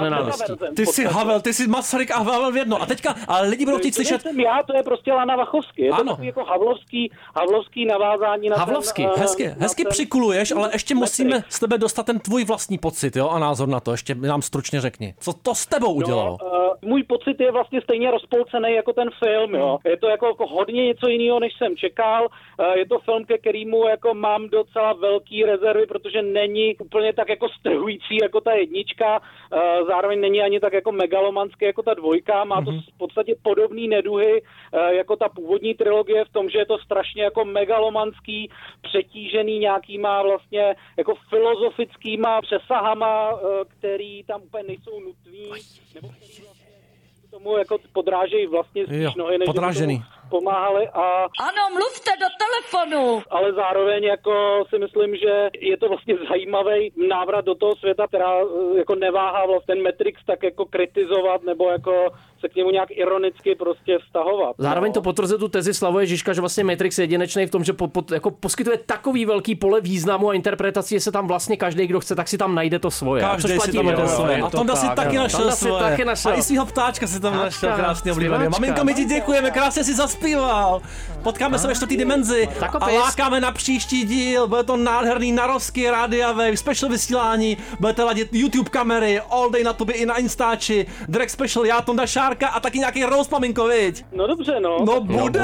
Ty jsi Havel, ty jsi Masaryk a Havel v jedno. A teďka, ale lidi budou chtít slyšet... To je prostě Lana Wachowski. Je to takový jako havlovský navázání na Havlovský, hezky přikuluješ, ale ještě musíme z tebe dostat ten tvůj vlastní pocit, jo, a názor na to. Ještě nám stručně řekni. Co to s tebou udělalo? Můj pocit je vlastně stejně rozpolcený jako ten film, jo. Je to jako hodně něco jiného, než jsem čekal. Je to film, ke kterému jako mám docela velký rezervy, protože není úplně tak jako strhující jako ta jednička, zároveň není ani tak jako megalomanský jako ta dvojka, má to v podstatě podobný neduhy jako ta původní trilogie v tom, že je to strašně jako megalomanský, přetížený nějakýma vlastně jako filozofickýma přesahama, který tam úplně nejsou nutný, nebo který tomu jako podrážejí vlastně spíš nohy, než podrážený. Pomáhali a... Ano, mluvte do telefonu! Ale zároveň jako si myslím, že je to vlastně zajímavý návrat do toho světa, která jako neváhá vlastně ten Matrix tak jako kritizovat nebo jako se k němu nějak ironicky prostě vztahovat. Zároveň to potvrzuje tu tezi Slavoj Žižka, že vlastně Matrix je jedinečný v tom, že jako poskytuje takový velký pole významu a interpretací, že se tam vlastně každý, kdo chce, tak si tam najde to svoje. Každý si tam najde svoje. A Tonda si taky našel svoje. A i svýho ptáčka si tam našel krásně oblíbený. Maminko, my ti děkujeme, krásně si zaspíval. Potkáme se ve 4. dimenzi a lákáme na příští díl. Bude to nádherný narosky, Rádia Wave, special vysílání, budete ladit YouTube kamery, all day na tobě i na Instači, Drag special, já Tonda Šárka a taky nějaký roast, maminko, viď? No dobře, no. No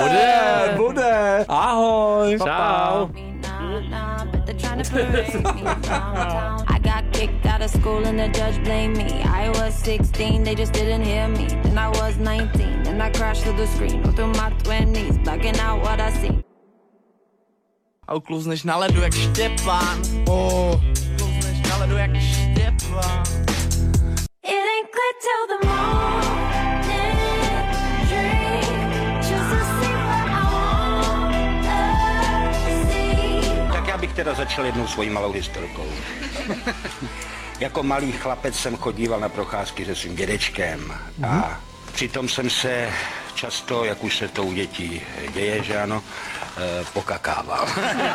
bude. Ahoj. Čau. I got kicked out of school and the judge blamed me. I was 16, they just didn't hear me. Then I was 19, and I crashed through the screen, through my 20s, blocking out what I see. A ukluzneš na ledu jak Štěpán. Ukluzneš na ledu jak Štěpán. It ain't clear till the morning dream. Just to see what I wanna see. Tak já bych teda začal jednou svojí malou historkou. Jako malý chlapec jsem chodíval na procházky se svým dědečkem a přitom jsem se často, jak už se to u dětí děje, že ano, pokakával.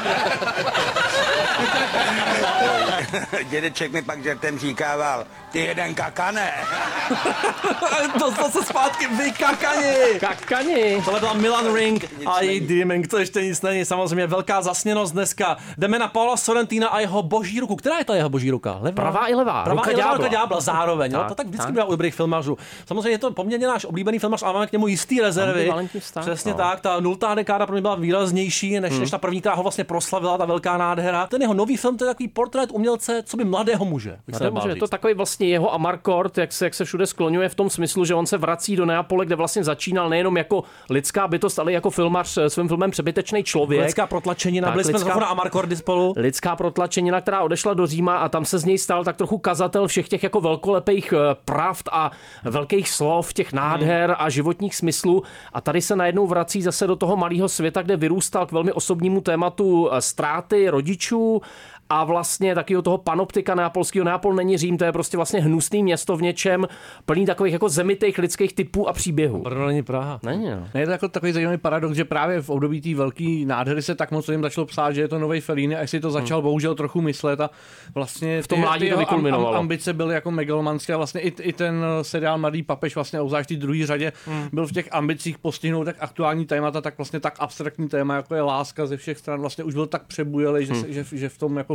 Dědeček mi pak žertem říkával, ty jeden kakane. Dostal se zpátky, vy kakani. Tohle byla Milan Ring a její Dreaming, to ještě nic není, samozřejmě velká zasněnost dneska. Jdeme na Paula Sorrentina a jeho boží ruku. Která je ta jeho boží ruka? Levá? Pravá i levá. Ruka ďábla zároveň. Tak. No, to tak vždycky byla u dobrých filmařů. Samozřejmě je to poměrně náš oblíbený filmař, ale máme k němu jistý rezervy. Přesně tak, ta 0. dekáda pro mě byla výraznější, než ta první, která ho vlastně proslavila, ta velká nádhera. Ten jeho nový film, to je takový portrét umělce, co by mladého muže. Je to takový vlastně jeho Amarcord, jak se všude skloňuje v tom smyslu, že on se vrací do Neapole, kde vlastně začínal nejenom jako lidská bytost, ale jako filmař svým filmem Přebytečný člověk. Lidská protlačenina, byli jsme zrovna na Amarcordy spolu. Lidská protlačenina, která odešla do Říma a tam se z něj stal tak trochu kazatel všech těch jako velkolepých pravd a velkých slov, těch nádher a životních smyslů. A tady se najednou vrací zase do toho malého světa, kde vyrůstal k velmi osobnímu tématu ztráty rodičů a vlastně taky toho panoptika neapolského. Neapol není Řím, to je prostě vlastně hnusný město v něčem, plný takových jako zemitých lidských typů a příběhů. Brno není Praha. Není, no. Je to jako takový zajímavý paradox, že právě v období té velké nádhery se tak moc jim začalo psát, že je to nový Fellini a si to začal bohužel trochu myslet a vlastně v tom mládí to vykulminovalo. Ambice byly jako megalomanské a vlastně i ten seriál Mladý papež vlastně obzvlášť v té druhé řadě byl v těch ambicích postihnout tak aktuální témata, tak vlastně tak abstraktní téma, jako je láska ze všech stran, vlastně už byl tak přebujelý, že v tom jako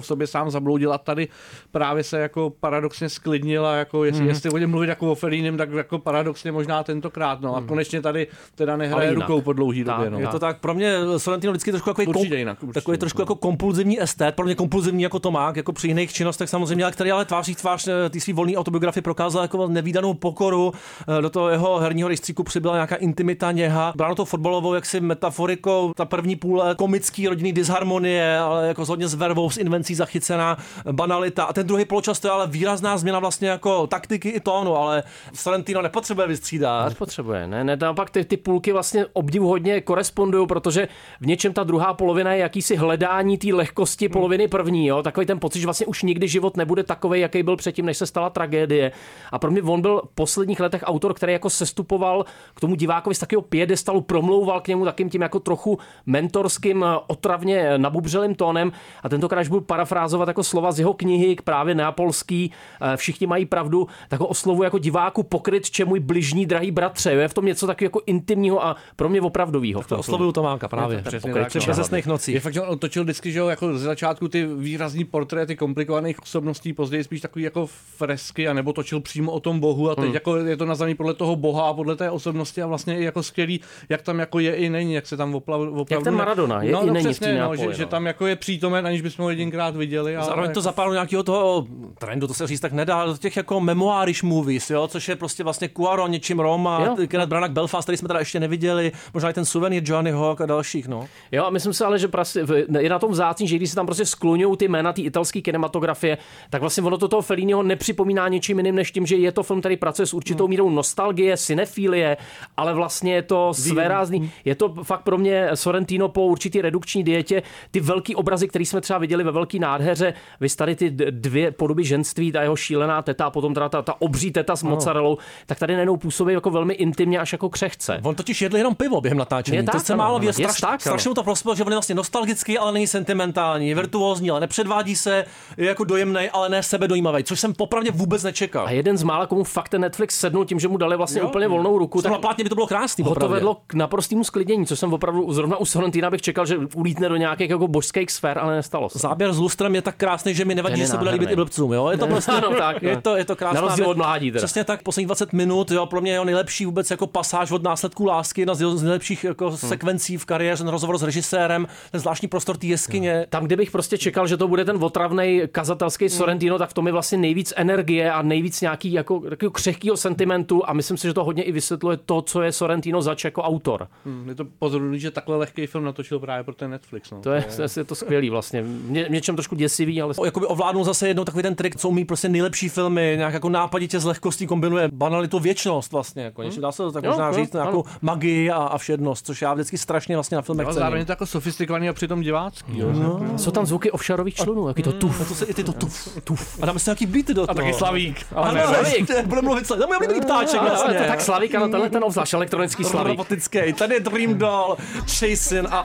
v sobě sám zabloudil a tady právě se jako paradoxně sklidnil a jako jestli o něm mluvit jako o Fellinem, tak jako paradoxně možná tentokrát, no. A konečně tady teda nehraje rukou po dlouhý době, no. Je to tak, pro mě Sorrentino vždycky trošku takový trošku jako kompulzivní estét, pro mě kompulzivní jako Tomák, jako při jiných činnostech samozřejmě, který ale tváří tvář ty svý volný autobiografii prokázal jako nevídanou pokoru, do toho jeho herního rejstříku přibyla nějaká intimita, něha, bráno to fotbalovou jaksi metaforikou, ta první půle komický rodinný disharmonie, ale jako hodně s vervou, s invencí zachycená banalita a ten druhý poločas to je ale výrazná změna vlastně jako taktiky i tónu, ale Sorrentino nepotřebuje vystřídat. Nepotřebuje, ne, naopak ty půlky vlastně obdivuhodně korespondují, protože v něčem ta druhá polovina je jakýsi hledání té lehkosti poloviny první, jo, takový ten pocit, že vlastně už nikdy život nebude takovej, jaký byl předtím, než se stala tragédie. A pro mě on byl v posledních letech autor, který jako sestupoval k tomu divákovi z takového piedestalu, promlouval k němu takým tím jako trochu mentorským, otravně nabubřelým tónem a tentokrát byl parafrázovat jako slova z jeho knihy, právě neapolský, Všichni mají pravdu, tak ho oslovuje jako diváku pokryt, če můj bližní drahý bratře. Je v tom něco takového jako intimního a pro mě opravdovýho. To oslovuju Tomáka právě. Přes Bezesných nocí. Je fakt, že on točil vždycky, že jako ze začátku ty výrazný portréty komplikovaných osobností, později spíš takový jako fresky, a nebo točil přímo o tom bohu a teď jako je to nazvaný podle toho boha a podle té osobnosti a vlastně i jako skvělý, jak tam jako je i není, jak se tam opravdu jak ten Maradona je i není přesně, že tam jako je přítomen, aniž bychom ho jedinkrát viděli. Zároveň to zapadlo nějakého toho trendu, to se říct tak nedá, do těch jako memoirish movies, jo, což je prostě vlastně Cuarón, něčím Roma, Kenneth Branagh, Belfast, který jsme teda ještě neviděli, možná i ten Suvenýr, Johnny Hawk a dalších, no. Jo, a myslím si ale, že je na tom vzácný, že když se tam prostě skloňují ty jména té italské kinematografie, tak vlastně ono to toho Felliniho nepřipomíná ničím jiným než tím, že je to film, který pracuje s určitou mírou nostalgie, cinefilie, ale vlastně je to svérázný. Je to fakt pro mě Sorrentino po určitý redukční dietě, ty velký obrazy, které jsme třeba viděli ve Velký nádheře, vy tady ty dvě podoby ženství, ta jeho šílená teta a potom teda ta obří teta s mozzarellou, tak tady najednou působí jako velmi intimně až jako křehce. On totiž jedl jenom pivo během natáčení. To se málo ví, strašně mu to prospělo, že on je vlastně nostalgický, ale není sentimentální, je virtuózní, ale nepředvádí se, je jako dojemnej, ale ne sebedojímavý, což jsem popravdě vůbec nečekal. A jeden z mála, komu fakt ten Netflix sednul tím, že mu dali vlastně úplně volnou ruku, tak na plátně by to bylo krásný. Ho to vedlo k naprostému sklidnění, co jsem opravdu zrovna u Sorrentina bych čekal, že ulítne do nějakých jako božských sfér, ale nestalo se. Záběr s lustrem je tak krásný, že mi nevadí, že se bude líbit i blbcům, jo? Je to prostě tak, je to krásná. Na rozdíl od mládí teda. Přesně tak, posledních 20 minut, jo, pro mě je nejlepší vůbec jako pasáž od Následků lásky, jedna z nejlepších jako sekvencí v kariéře, ten rozhovor s režisérem, ten zvláštní prostor té jeskyně. Tam, kde bych prostě čekal, že to bude ten otravnej kazatelský Sorrentino, tak v tom je vlastně nejvíc energie a nejvíc nějaký jako křehkýho sentimentu a myslím si, že to hodně i vysvětluje to, co je Sorrentino zač jako autor. Je to pozoruhodné, že takhle lehký film natočil právě pro ten Netflix. No. To je to skvělý vlastně. V něčem trošku děsivý, ale jakoby ovládnul zase jednou takový ten trik, co umí prostě nejlepší filmy, nějak jako nápaditě s lehkostí kombinuje banalitu, věčnost vlastně, jako dá se to tak možná říct, nějakou magii a všednost, což já vždycky strašně vlastně na filmech cením. Zároveň je to jako sofistikovaný a přitom divácký. Jsou tam zvuky offshoreových člunů, jaký to tuf. To se i ty to tuf. A dáme si nějaký beaty do toho. A taky Slavík. Ano, bude mluvit Slavík. Tam je oblíbený ptáček vlastně. Tak Slavík, ano, tenhle ten obzvlášť elektronický Slavík. Robotický. Tady je Dream Doll, Chasing a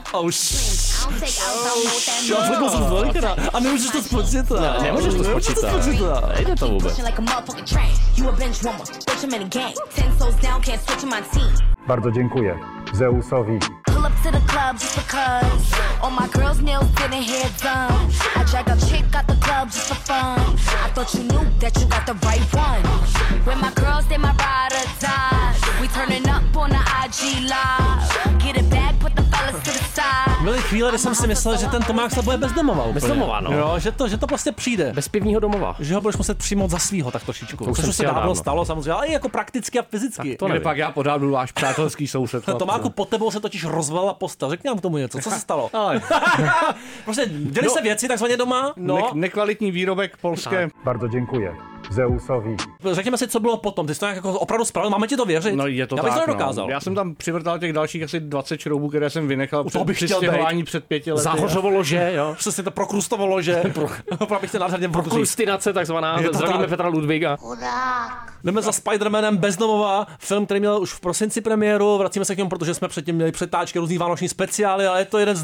Flipnul jsem dvojkrát. A nemůžeš to spočítat. Nemůžeš to spočítat. Nejde to vůbec. Bardzo dziękuję Zeusowi. Pull up to the club just because all my girls' nails getting hair done. I drag a chick out the club just for fun. I thought you knew that you got the right one. When my girls, they my ride or die. We turning up on the IG live. Get it back, put the fellas to the side. Byly chvíle, kdy jsem si myslel, že ten Tomák se bude bezdomová úplně. Bezdomová, no. Jo, že to prostě přijde. Bez pivního domova. Že ho budeš muset přijmout za svýho tak trošičku. Což se dávno stalo samozřejmě, ale i jako prakticky a fyzicky. To nevím. Pak já podávnu váš přátelský soused. Tomáku, pod tebou se totiž rozvala posta. Řekni nám k tomu něco, co se stalo? Prostě děli se věci takzvaně doma. No. Nekvalitní výrobek polské. Bardzo dziękuję Zeusowi. Řekněme si, co bylo potom. Ty jsi to jako opravdu spravil, máme ti to věřit? No je to já tak, bych to nedokázal. Já jsem tam přivrtal těch dalších asi 20 šroubů, které jsem vynechal při stěhování před 5 lety. Záhořovo lože, jo. Přesně to prokrustovo lože. Opravdu bych to nádherně prokrustinace takzvaná. Zdravíme Petra Ludviga. Jdeme za Spider-Manem Bezdomova, film, který měl už v prosinci premiéru. Vracíme se k němu, protože jsme předtím měli přetáčky, různý vánoční speciály, ale je to jeden z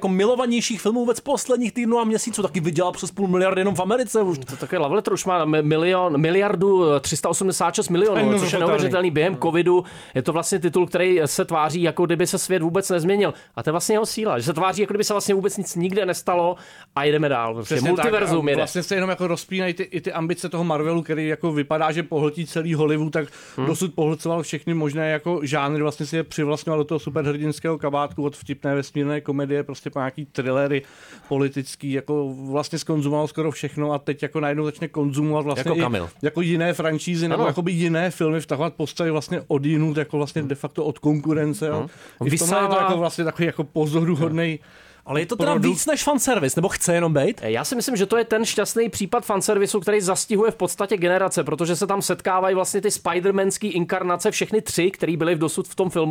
milovanějších filmů vůbec posledních týdnů a měsíců. Taky vydělal přes 500 milionů jenom v Americe už. To také Love Letter už má 1 miliardu 386 milionů, což je neuvěřitelný během covidu. Je to vlastně titul, který se tváří, jako kdyby se svět vůbec nezměnil. A to je vlastně jeho síla, že se tváří, jako kdyby se vlastně vůbec nic nikde nestalo a jdeme dál. Prostě multiverzum jede. Vlastně se jenom jako rozpínají ty ambice toho Marvelu, který jako vypadá, že pohltí celý Hollywood, tak dosud pohlcoval všechny možné jako žánry, vlastně si je přivlastňoval do toho superhrdinského kabátku od vtipné vesmírné komedie, prostě po nějaký thrillery politický, jako vlastně zkonzumoval skoro všechno a teď jako najednou začne konzumovat vlastně jako jiné franšízy nebo jakoby jiné filmy, vtahovat postavy vlastně od jinut, jako vlastně de facto od konkurence. I v tomhle je to jako vlastně takový jako pozoruhodnej. Ale je to teda víc než fanservice, nebo chce jenom být? Já si myslím, že to je ten šťastný případ fanservisu, který zastihuje v podstatě generace, protože se tam setkávají vlastně ty spidermanský inkarnace, všechny tři, které byly dosud v tom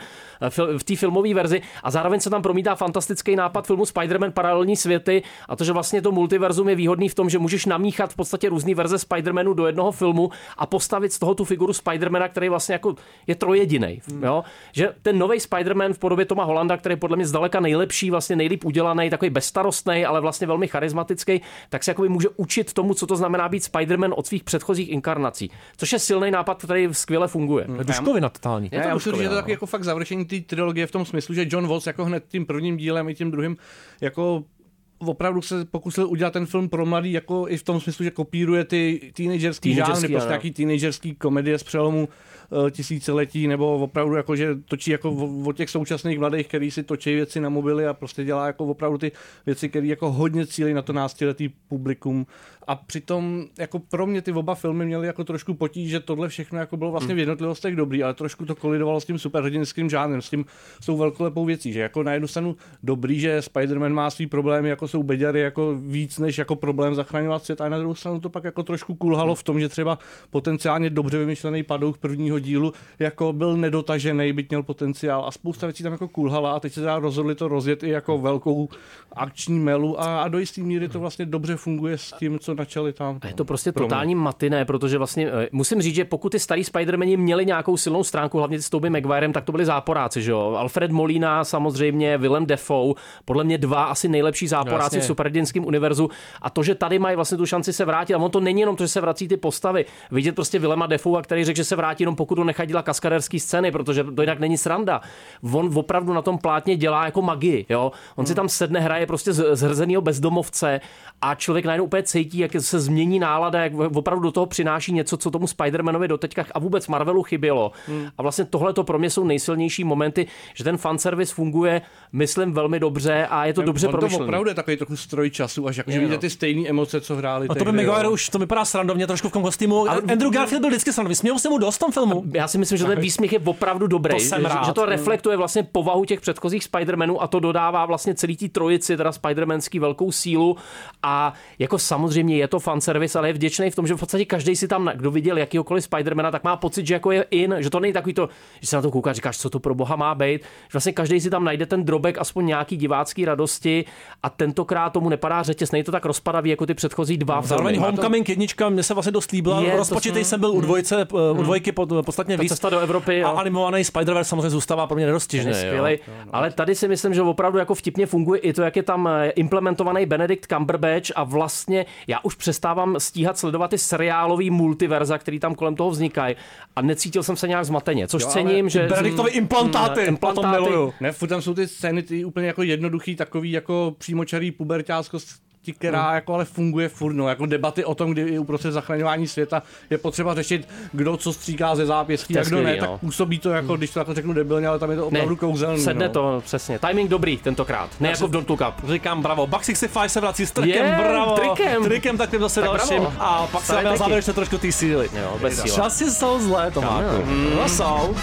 v té filmové verzi, a zároveň se tam promítá fantastický nápad filmu Spider-Man paralelní světy, a to, že vlastně to multiverzum je výhodný v tom, že můžeš namíchat v podstatě různé verze Spider-Manu do jednoho filmu a postavit z toho tu figuru Spider-Mana, který vlastně jako je trojjedinej. Jo? Že ten nový Spider-Man v podobě Toma Hollanda, který je podle mě zdaleka nejlepší, vlastně nejlíp udělaný, takový bezstarostný, ale vlastně velmi charismatický, tak se jakoby může učit tomu, co to znamená být Spider-Man od svých předchozích inkarnací. Což je silný nápad, který skvěle funguje. Duškovina totální. Já musím říct, že to je taky jako fakt završení té trilogie v tom smyslu, že John Watts jako hned tím prvním dílem i tím druhým jako opravdu se pokusil udělat ten film pro mladý, jako i v tom smyslu, že kopíruje ty teenagerský žánry, prostě nějaký teenagerský komedie z přelomu tisíciletí, nebo opravdu jako, že točí jako o těch současných mladých, který si točí věci na mobily a prostě dělá jako opravdu ty věci, které jako hodně cílí na to 12letý publikum. A přitom jako pro mě ty oba filmy měly jako trošku potíž, že tohle všechno jako bylo vlastně v jednotlivostech dobrý, ale trošku to kolidovalo s tím superhrdinským žánrem, s tou velkolepou věcí, že jako na jednu stranu dobrý, že Spider-Man má svý problémy, jako jsou beďary, jako víc než jako problém zachraňovat svět, a na druhou stranu to pak jako trošku kulhalo v tom, že třeba potenciálně dobře vymyšlený padouch prvního dílu jako byl nedotažený, byť měl potenciál, a spousta věcí tam jako kulhala, a teď se teda rozhodli to rozjet i jako velkou akční melu, a do jisté míry to vlastně dobře funguje s tím, co načali tam. A je to prostě totální matiné, protože vlastně musím říct, že pokud ty starý Spider-Mani měli nějakou silnou stránku, hlavně s Tobey Maguirem, tak to byli záporáci, že jo? Alfred Molina, samozřejmě Willem Dafoe, podle mě dva asi nejlepší záporáci v superhrdinském univerzu, a to, že tady mají vlastně tu šanci se vrátit, a on to není jenom to, že se vrací ty postavy. Vidět prostě Willema Dafoe, který řekl, že se vrátí jenom pokud on nechá dělat kaskaderský scény, protože to jinak není sranda. On opravdu na tom plátně dělá jako magii, jo? On si tam sedne, hraje prostě zhrzenýho bezdomovce a člověk najednou úplně cítí, jak se změní nálada, jak opravdu do toho přináší něco, co tomu Spider-Manovi doteďka a vůbec Marvelu chybělo. A vlastně tohle to pro mě jsou nejsilnější momenty, že ten fanservice funguje, myslím, velmi dobře a je to dobře promyšlené. To opravdu je takový trochu stroj času, až jakože vidíte ty stejné emoce, co hráli. A to by Maguire už to vypadá srandovně trošku v tom kostýmu. Andrew Garfield byl vždycky srandový. Směl se mu dost v tom filmu. Já si myslím, že ten výsměch je opravdu dobrý, že to reflektuje vlastně povahu těch předchozích Spider-Manů a to dodává vlastně celý té trojici, teda Spider-Manský velkou sílu, a jako samozřejmě je to fanservice, ale je vděčný v tom, že v podstatě každý si tam, kdo viděl jakýhokoliv Spider-Mana, tak má pocit, že jako je že to není takový to, že se na to kouká, říkáš, co to pro boha má být, že vlastně každý si tam najde ten drobek aspoň nějaký divácký radosti, a tentokrát tomu nepadá řetěz, není to tak rozpadavý jako ty předchozí dva. Zároveň Homecoming jednička mě se vlastně dost líbila, rozpočitej jsem byl u dvojky podstatně víc. Cesta do Evropy, a animovaný Spider-Verse samozřejmě zůstává pro mě nedostižný. Ale tady si myslím, že opravdu jako vtipně funguje i to, jak je tam implementovaný Benedict Cumberbatch, a vlastně já už přestávám stíhat sledovat ty seriálový multiverza, který tam kolem toho vznikají, a necítil jsem se nějak zmateně, což cením, že Benedictovy implantáty. Ne, furt tam jsou ty scény ty úplně jako jednoduchý, takový jako přímočarý puberťáckost, která jako ale funguje furt, no, jako debaty o tom, kdy uprostřed zachraňování světa je potřeba řešit, kdo co stříká ze zápěstí a kdo ne, tak působí to jako, když to jako řeknu debilně, ale tam je to opravdu kouzelný. Sedne to, přesně. Timing dobrý tentokrát, ne jako v Don't Look Up. Říkám bravo. Buck 65 se vrací s trikem, bravo. Trikem takovým zase dalším, a pak se na závěr ještě trošku ty síly. Časy jsou zlé, Tomáku. No jsou.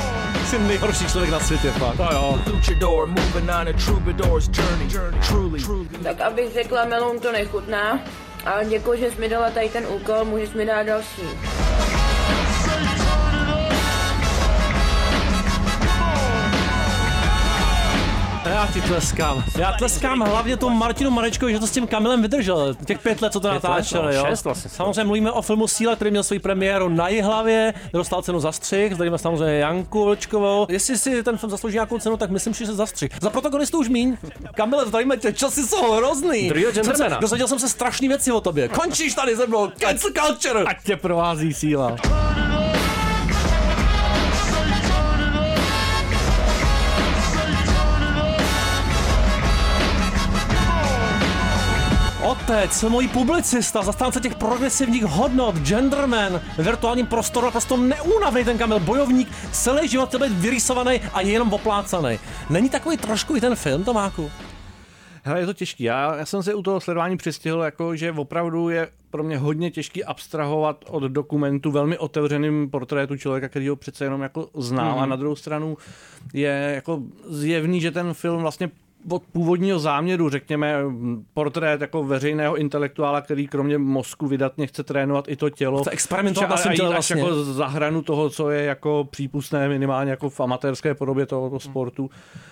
Jsi nejhorší člověk na světě, fakt. To jo. Tak abych řekla, meloun to nechutná, ale děkuji, že jsi mi dala tady ten úkol, můžeš mi dát další. Já ti tleskám. Já tleskám hlavně tomu Martinu Marečkovi, že to s tím Kamilem vydržel. Těch 5 let, co to natáčeli, jo. 6 vlastně. Samozřejmě mluvíme o filmu Síla, který měl svou premiéru na Jihlavě, dostal cenu za střih, tady máme samozřejmě Janku Vlčkovou. Jestli si ten film zaslouží nějakou cenu, tak myslím, že se za střih. Za protagonistu už míň. Kamile, tady tě časy jsou hrozný. Dozvěděl jsem se strašný věci o tobě. Končíš tady ze mnou. Cancel culture. Ať tě provází síla. Otec, můj publicista, zastánce těch progresivních hodnot, genderman, ve virtuálním prostoru, prostě neúnavný ten Kamil, bojovník, celý život chtěl být vyrýsovaný a je jenom oplácaný. Není takový trošku i ten film, Tomáku? Hele, je to těžký. Já jsem se u toho sledování přistihl, jako, že opravdu je pro mě hodně těžký abstrahovat od dokumentu velmi otevřeným portrétu člověka, který ho přece jenom jako znám. A na druhou stranu je jako zjevný, že ten film vlastně od původního záměru, řekněme, portrét jako veřejného intelektuála, který kromě mozku vydatně chce trénovat i to tělo. Chce experimentovat na svým těle vlastně. Jako za hranu toho, co je jako přípustné minimálně jako v amatérské podobě tohoto sportu.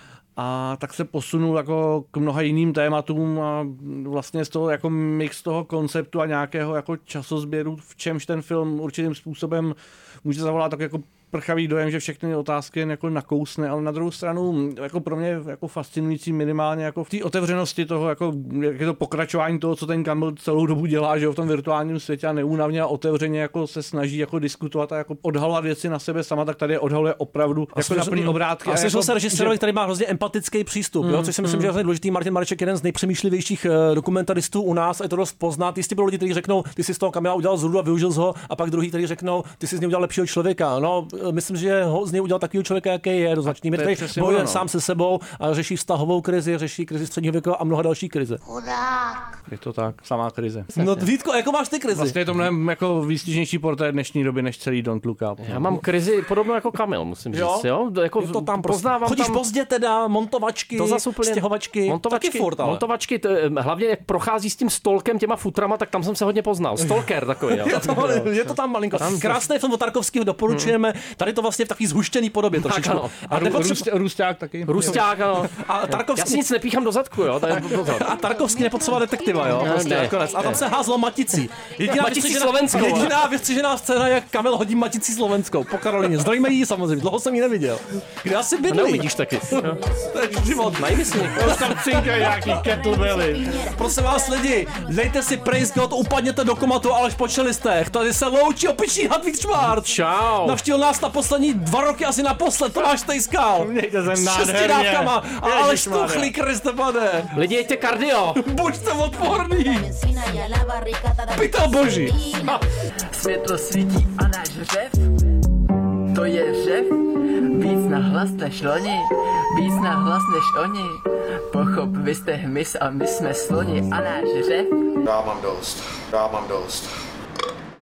A tak se posunul jako k mnoha jiným tématům a vlastně z toho jako mix toho konceptu a nějakého jako časozběru, v čemž ten film určitým způsobem může zavolat tak jako prchavý dojem, že všechny otázky jen jako nakousne, ale na druhou stranu jako pro mě jako fascinující minimálně jako v té otevřenosti toho, jako jak je to pokračování toho, co ten Kamil celou dobu dělá, že v tom virtuálním světě a neúnavně a otevřeně jako se snaží jako diskutovat a jako odhalovat věci na sebe sama, tak tady odhaluje opravdu jako na plný obrátky. A slyšel se režisérovi, který má hrozně empatický přístup, jo, což si myslím, že je důležitý. Martin Mareček, jeden z nejpřemýšlivějších dokumentaristů u nás, a je to dost poznat. Jistě bylo lidi, kteří řeknou, ty si z toho Kamila udělal zrůdu a využil ho, a pak druhý, kteří řeknou, ty si z něj udělal lepšího člověka. No, myslím, že ho z něj udělal takového člověka, jaký je, do značný míry, který bojuje sám se sebou a řeší vztahovou krizi, řeší krizi středního věku a mnoha další krize. Je to tak, samá krize. No Vítko, jako máš ty krizi? Vlastně je to mnohem jako výstižnější portrét dnešní doby, než celý Don't Look Up. Já mám krizi podobnou jako Kamil, musím říct, jo? Jako to tam poznávám. Chodíš pozdě teda, montovačky, stěhovačky, montovačky, hlavně jak prochází s tím stolkem, těma futrama, tak tam jsem se hodně poznal. Stalker takový, jo. Je to tam malinko. Krásný film od Tarkovského doporučujeme. Tady to vlastně v takový zhuštěný podobě trošičku. A Rusťák taky. Rusťák, ano. A Tarkovský... Já si nic nepíchám do zadku, jo. A Tarkovský nepotřeboval detektiva, jo. Prostě nakonec. A tam se házlo maticí. Jediná vystřižená scéna, jak Kamil hodí maticí slovenskou po Karolině. Zdravíme jí samozřejmě, dlouho jsem ji neviděl. Kde asi bydlí? Neuvidíš taky. To je život. Najmi si někoho. Tam cinkají nějaký kettlebelly. Prosím vás lidi, dejte si praise God, upadněte do komatu, alež po čelistech. Tady se loučí opičí Hadvík Švárc. Čau. Navštívil nás na poslední 2 roky asi naposled, Tomáš Tejskal. Mějte se nádherně. 6 dávkama. Aleš tuchlý, Kriste pane. Lidi, jeďte kardio. Buďte odporný. Pytel boží. Světlo svítí a náš řev, to je řev. Víc nahlas než loni, víc nahlas než oni. Pochop, vy jste hmyz a my jsme sloni a náš řev. Já mám dost.